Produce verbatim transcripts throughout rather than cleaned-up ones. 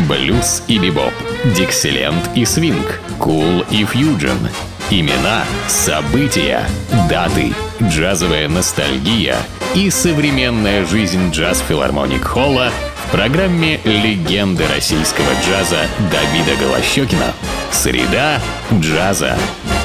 Блюз и бибоп, диксиленд и свинг, кул и фьюджен. Имена, события, даты, джазовая ностальгия и современная жизнь джаз-филармоник Холла в программе «Легенды российского джаза» Давида Голощёкина. Среда джаза.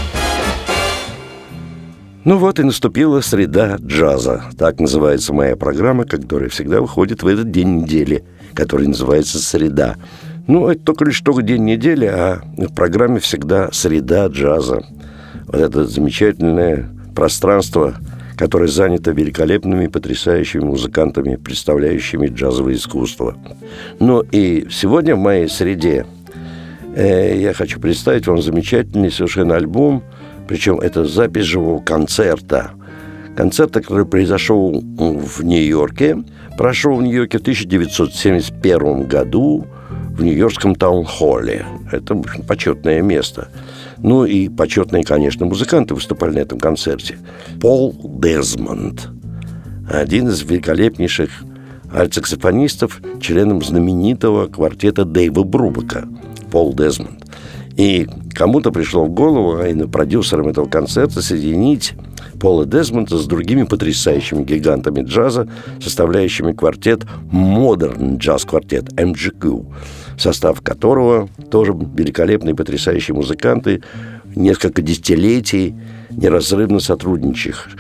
Ну вот и наступила среда джаза. Так называется моя программа, которая всегда выходит в этот день недели, который называется «Среда». Ну, это только лишь только день недели, а в программе всегда среда джаза. Вот это замечательное пространство, которое занято великолепными, потрясающими музыкантами, представляющими джазовое искусство. Ну и сегодня в моей среде э, я хочу представить вам замечательный совершенно альбом, причем это запись живого концерта. Концерт, который произошел в Нью-Йорке, прошел в Нью-Йорке в тысяча девятьсот семьдесят первом году в Нью-Йоркском таун-холле. Это, в общем, почетное место. Ну и почетные, конечно, музыканты выступали на этом концерте. Пол Дезмонд, один из великолепнейших альтсаксофонистов, членом знаменитого квартета Дэйва Брубака. Пол Дезмонд. И кому-то пришло в голову, а именно продюсерам этого концерта, соединить Пола Дезмонда с другими потрясающими гигантами джаза, составляющими квартет Modern Jazz Quartet эм джи кью, в состав которого тоже великолепные потрясающие музыканты, несколько десятилетий неразрывно сотрудничавших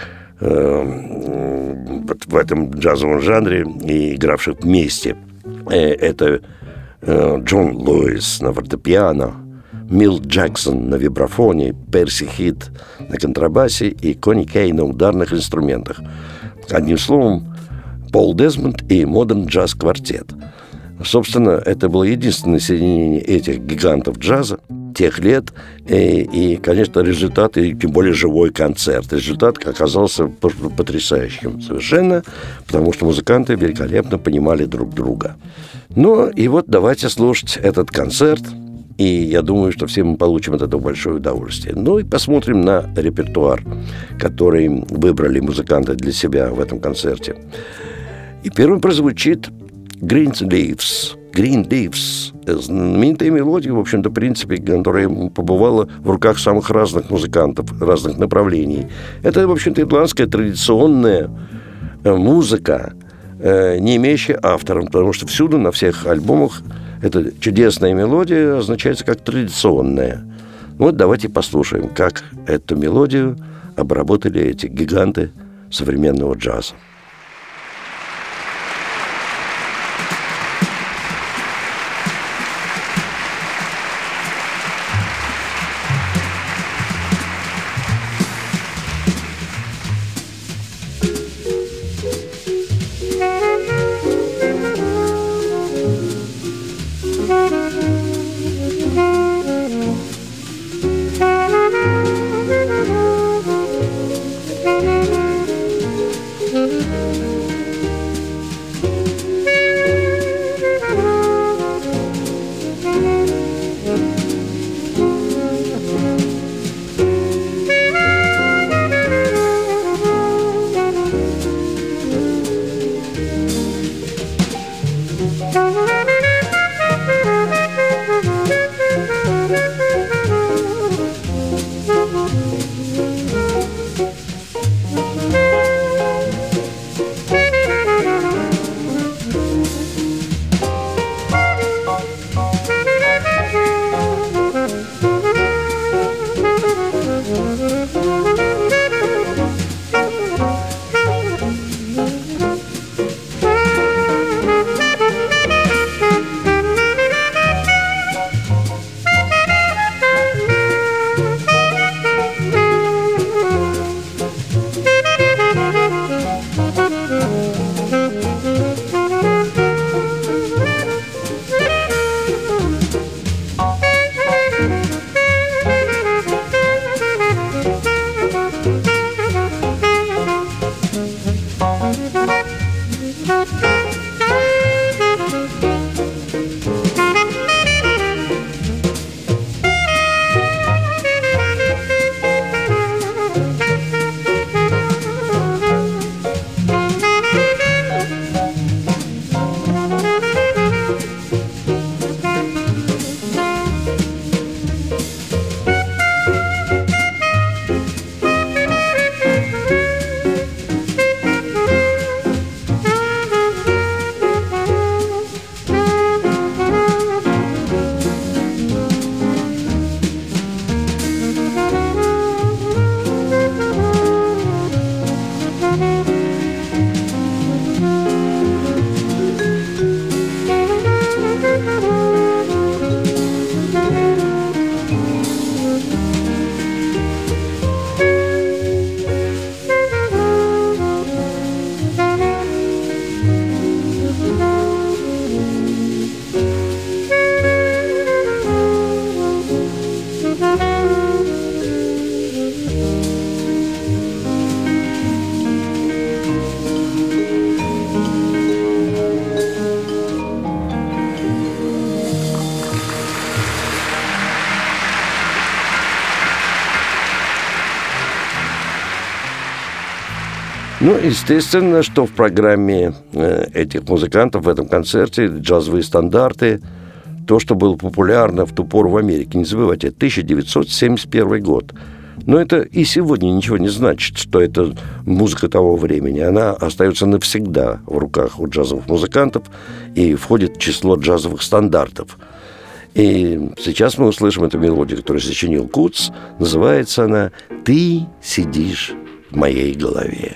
э, в этом джазовом жанре и игравших вместе. Э, это э, Джон Луис на фортепиано, Мил Джексон на вибрафоне, Перси Хит на контрабасе и Кони Кей на ударных инструментах. Одним словом, Пол Дезмонд и Modern Jazz Quartet. Собственно, это было единственное соединение этих гигантов джаза тех лет. И, и, конечно, результат, и тем более живой концерт. Результат оказался потрясающим совершенно, потому что музыканты великолепно понимали друг друга. Ну, и вот давайте слушать этот концерт. И я думаю, что все мы получим от этого большое удовольствие. Ну и посмотрим на репертуар, который выбрали музыканты для себя в этом концерте. И первым прозвучит Green Leaves. Green Leaves. Знаменитая мелодия, в общем-то, в принципе, которая побывала в руках самых разных музыкантов, разных направлений. Это, в общем-то, ирландская традиционная музыка, не имеющая автора, потому что всюду, на всех альбомах, эта чудесная мелодия означается как традиционная. Вот давайте послушаем, как эту мелодию обработали эти гиганты современного джаза. Ну, естественно, что в программе э, этих музыкантов в этом концерте джазовые стандарты, то, что было популярно в ту пору в Америке. Не забывайте, тысяча девятьсот семьдесят первый год. Но это и сегодня ничего не значит, что это музыка того времени. Она остается навсегда в руках у джазовых музыкантов и входит в число джазовых стандартов. И сейчас мы услышим эту мелодию, которую сочинил Куц. Называется она «Ты сидишь в моей голове».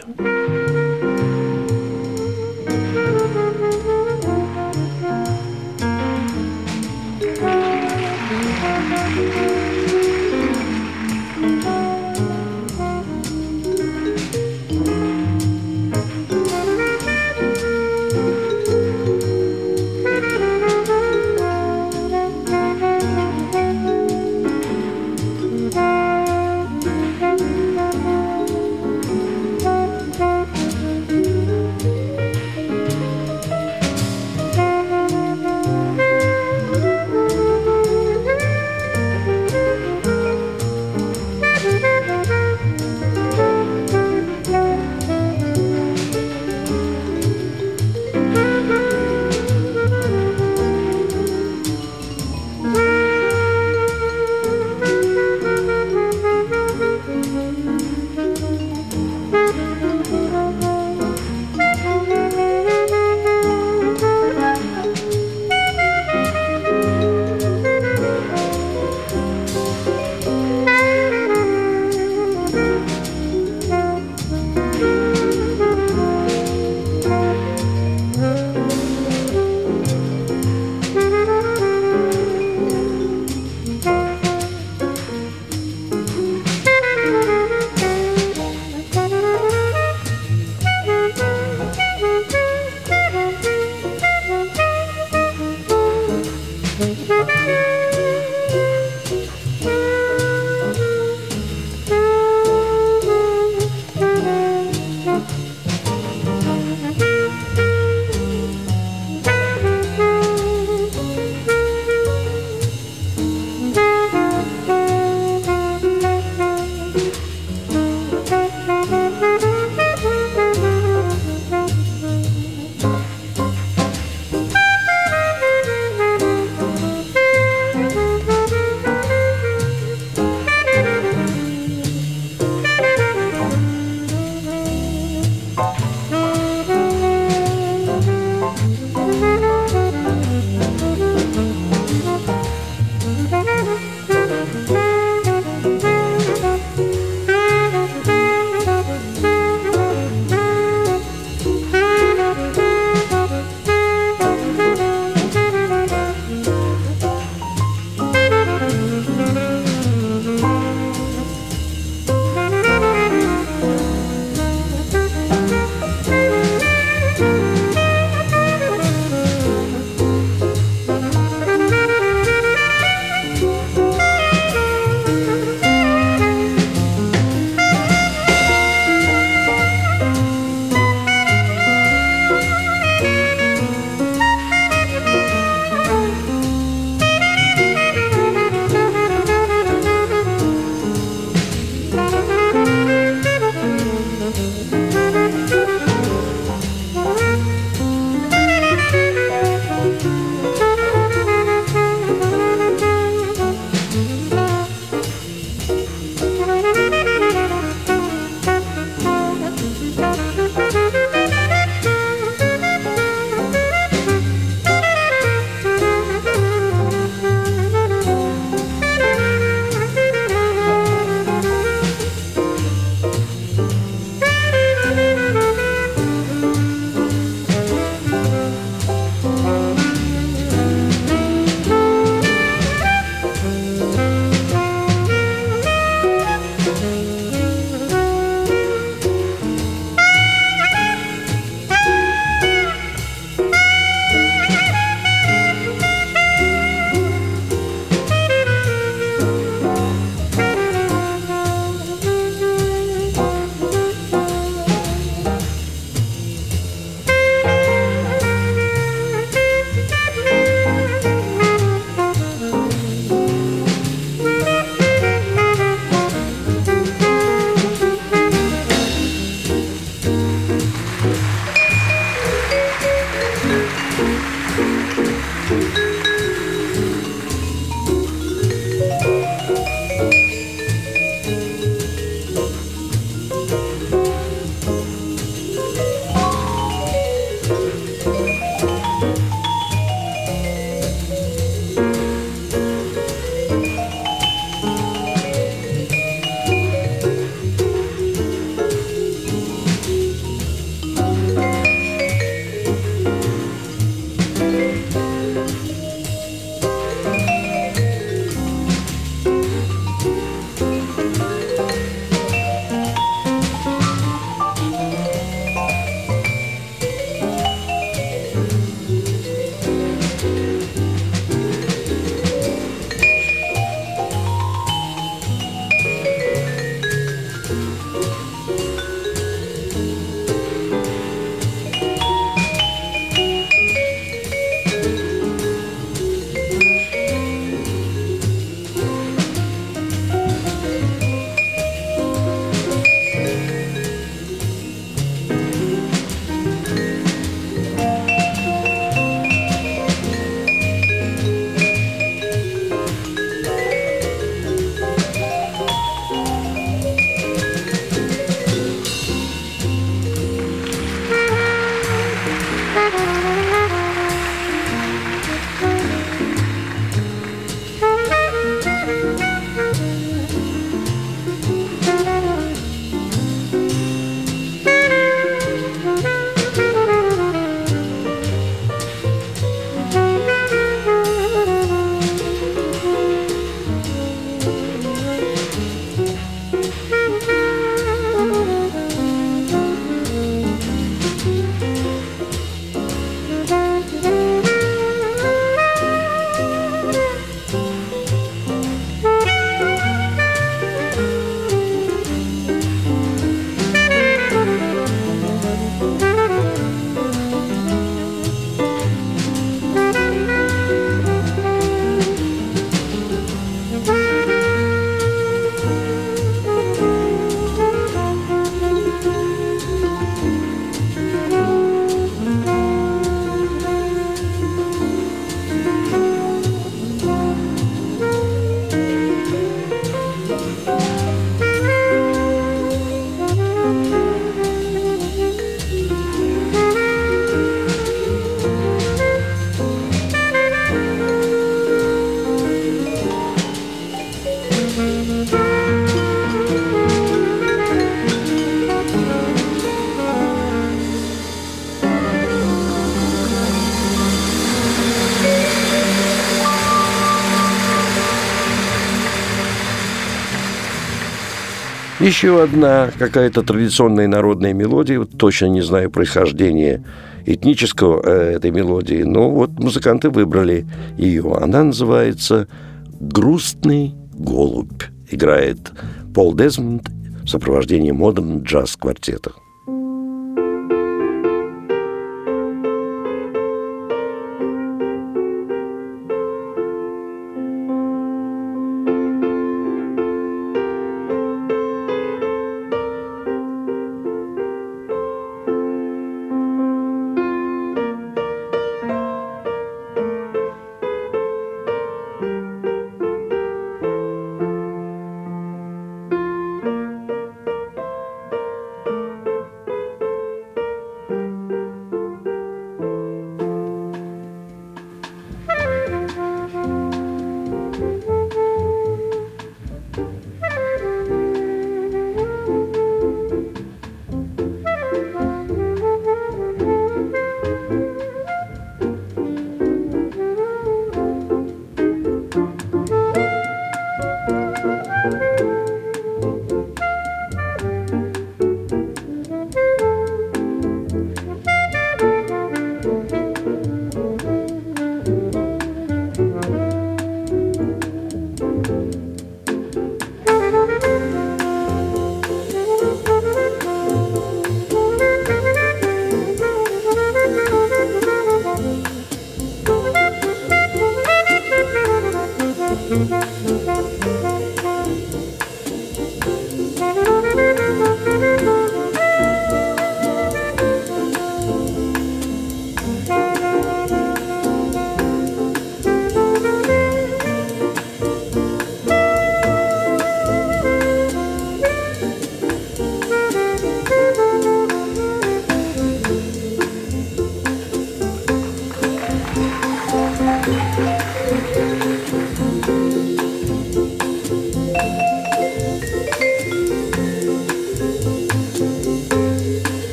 Еще одна какая-то традиционная народная мелодия, вот точно не знаю происхождения этнического э, этой мелодии, но вот музыканты выбрали ее. Она называется «Грустный голубь». Играет Пол Дезмонд в сопровождении модерн джаз-квартета.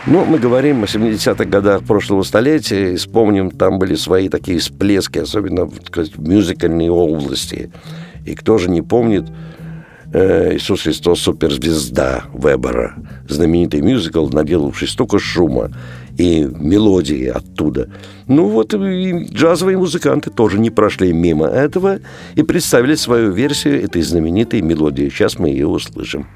Ну, мы говорим о семидесятых годах прошлого столетия, и вспомним, там были свои такие всплески, особенно в мюзикальной области. И кто же не помнит э, «Иисус Христос суперзвезда» Вебера, знаменитый мюзикл, наделавший столько шума, и мелодии оттуда. Ну вот и джазовые музыканты тоже не прошли мимо этого и представили свою версию этой знаменитой мелодии. Сейчас мы ее услышим.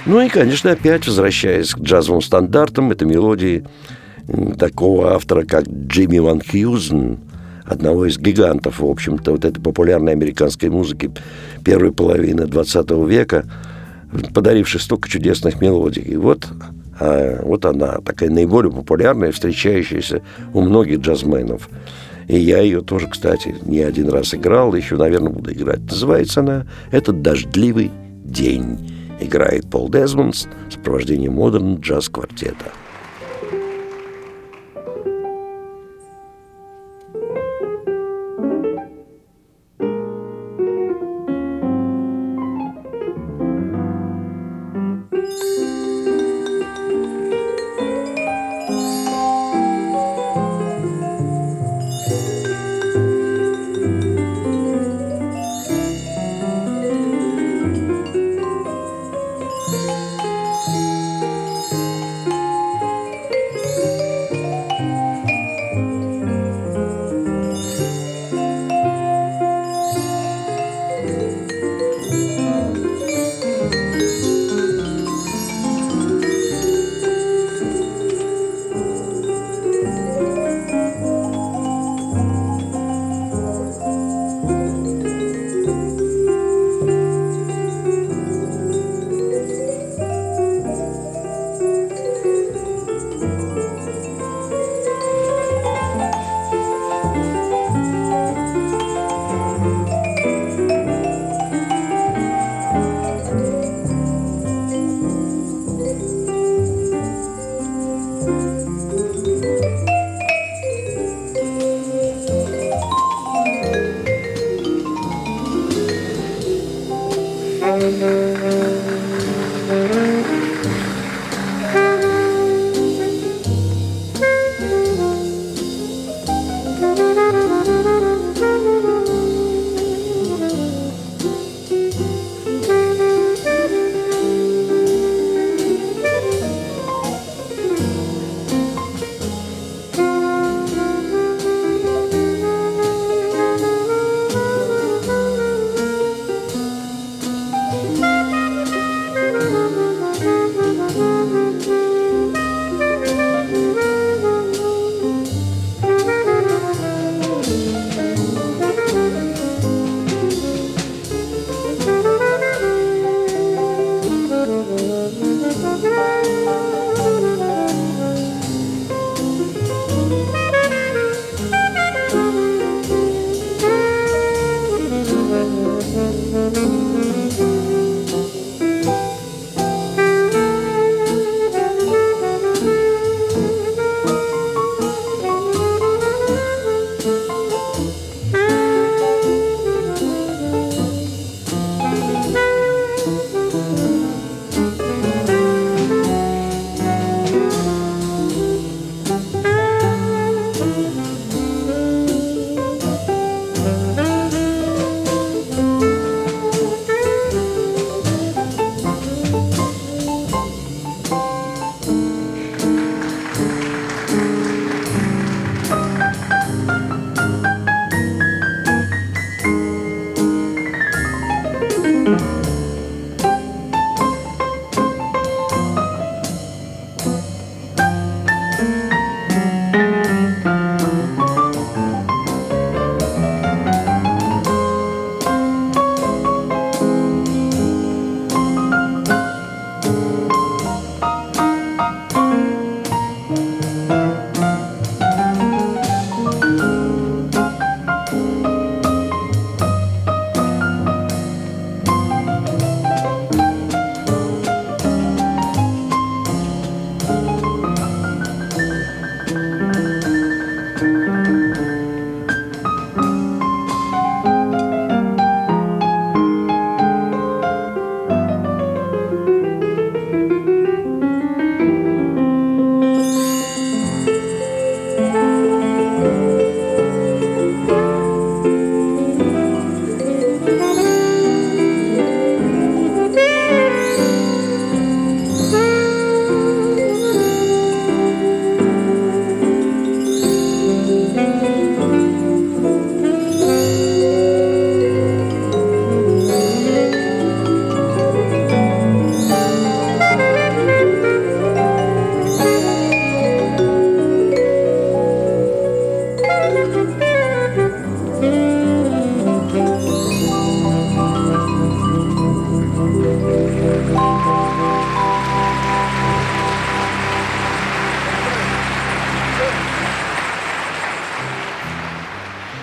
Ну и, конечно, опять возвращаясь к джазовым стандартам, это мелодии такого автора, как Джимми Ван Хьюзен, одного из гигантов, в общем-то, вот этой популярной американской музыки первой половины двадцатого века, подаривший столько чудесных мелодий. И вот, а, вот она, такая наиболее популярная, встречающаяся у многих джазменов. И я ее тоже, кстати, не один раз играл, еще, наверное, буду играть. Называется она «Этот дождливый день». Играет Пол Дезмонд в сопровождении модерн джаз-квартета.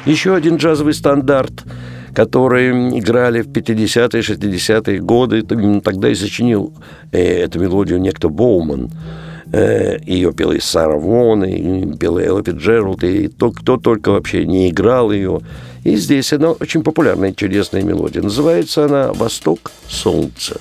Еще один джазовый стандарт, который играли в пятидесятые, шестидесятые годы. Именно тогда и сочинил э, эту мелодию некто Боуман. Э, ее пела и Сара Вон, и пела Элла Фицджеральд, и то, кто только вообще не играл ее. И здесь она очень популярная, чудесная мелодия. Называется она «Восток солнца».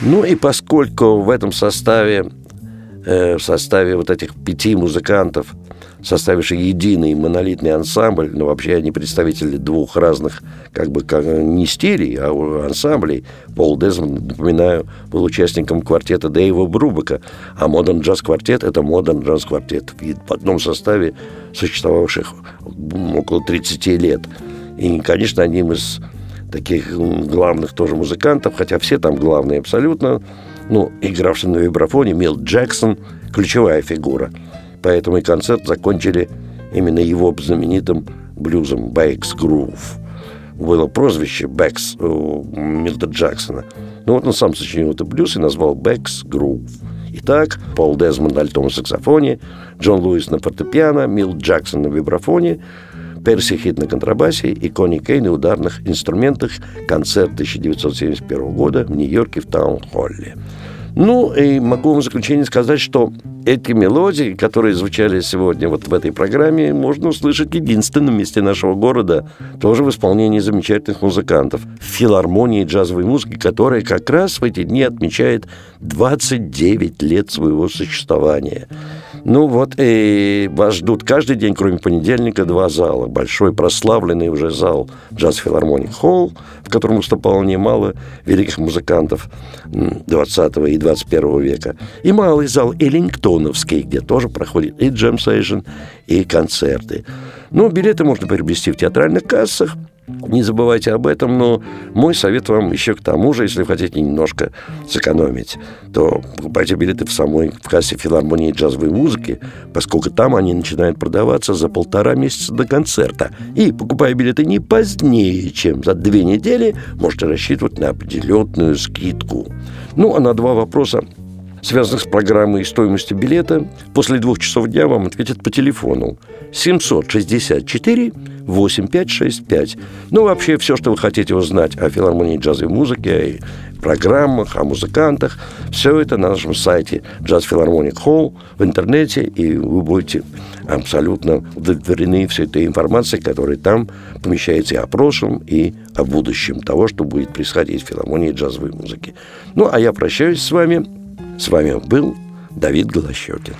Ну и поскольку в этом составе, э, в составе вот этих пяти музыкантов, составивший единый монолитный ансамбль, ну, вообще они представители двух разных, как бы, как, не стилей, а ансамблей. Пол Дезмонд, напоминаю, был участником квартета Дэйва Брубека, а Modern Jazz Quartet — это Modern Jazz Quartet, в одном составе существовавших около тридцати лет. И, конечно, одним из таких главных тоже музыкантов, хотя все там главные абсолютно, ну, игравший на вибрафоне, Милт Джексон, ключевая фигура. Поэтому и концерт закончили именно его знаменитым блюзом «Бэкс Грув». Было прозвище «Бэкс» у Милта Джексона. Ну вот он сам сочинил этот блюз и назвал «Бэкс Грув». Итак, Пол Дезмонд на альтовом саксофоне, Джон Луис на фортепиано, Милт Джексон на вибрафоне, Перси Хит на контрабасе и Конни Кей на ударных инструментах. Концерт тысяча девятьсот семьдесят первого года в Нью-Йорке в Таун-Холле. Ну, и могу вам в заключение сказать, что эти мелодии, которые звучали сегодня вот в этой программе, можно услышать в единственном месте нашего города, тоже в исполнении замечательных музыкантов, в филармонии джазовой музыки, которая как раз в эти дни отмечает двадцать девять лет своего существования. Ну вот, и вас ждут каждый день, кроме понедельника, два зала. Большой прославленный уже зал Jazz Philharmonic Hall, в котором выступало немало великих музыкантов двадцатого и двадцать первого века. И малый зал Эллингтоновский, где тоже проходит и джем-сейшн, и концерты. Ну, билеты можно приобрести в театральных кассах. Не забывайте об этом, но мой совет вам еще к тому же, если вы хотите немножко сэкономить, то покупайте билеты в самой в кассе филармонии джазовой музыки, поскольку там они начинают продаваться за полтора месяца до концерта. И, покупая билеты не позднее, чем за две недели, можете рассчитывать на определенную скидку. Ну, а на два вопроса, связанных с программой и стоимостью билета, после двух часов дня вам ответят по телефону семьсот шестьдесят четыре восемь пять шесть пять. Ну, вообще, все, что вы хотите узнать о филармонии джазовой музыки, о программах, о музыкантах, все это на нашем сайте Jazz Philharmonic Hall в интернете, и вы будете абсолютно удовлетворены всей этой информацией, которая там помещается и о прошлом, и о будущем того, что будет происходить в филармонии джазовой музыки. Ну, а я прощаюсь с вами. С вами был Давид Голощёкин.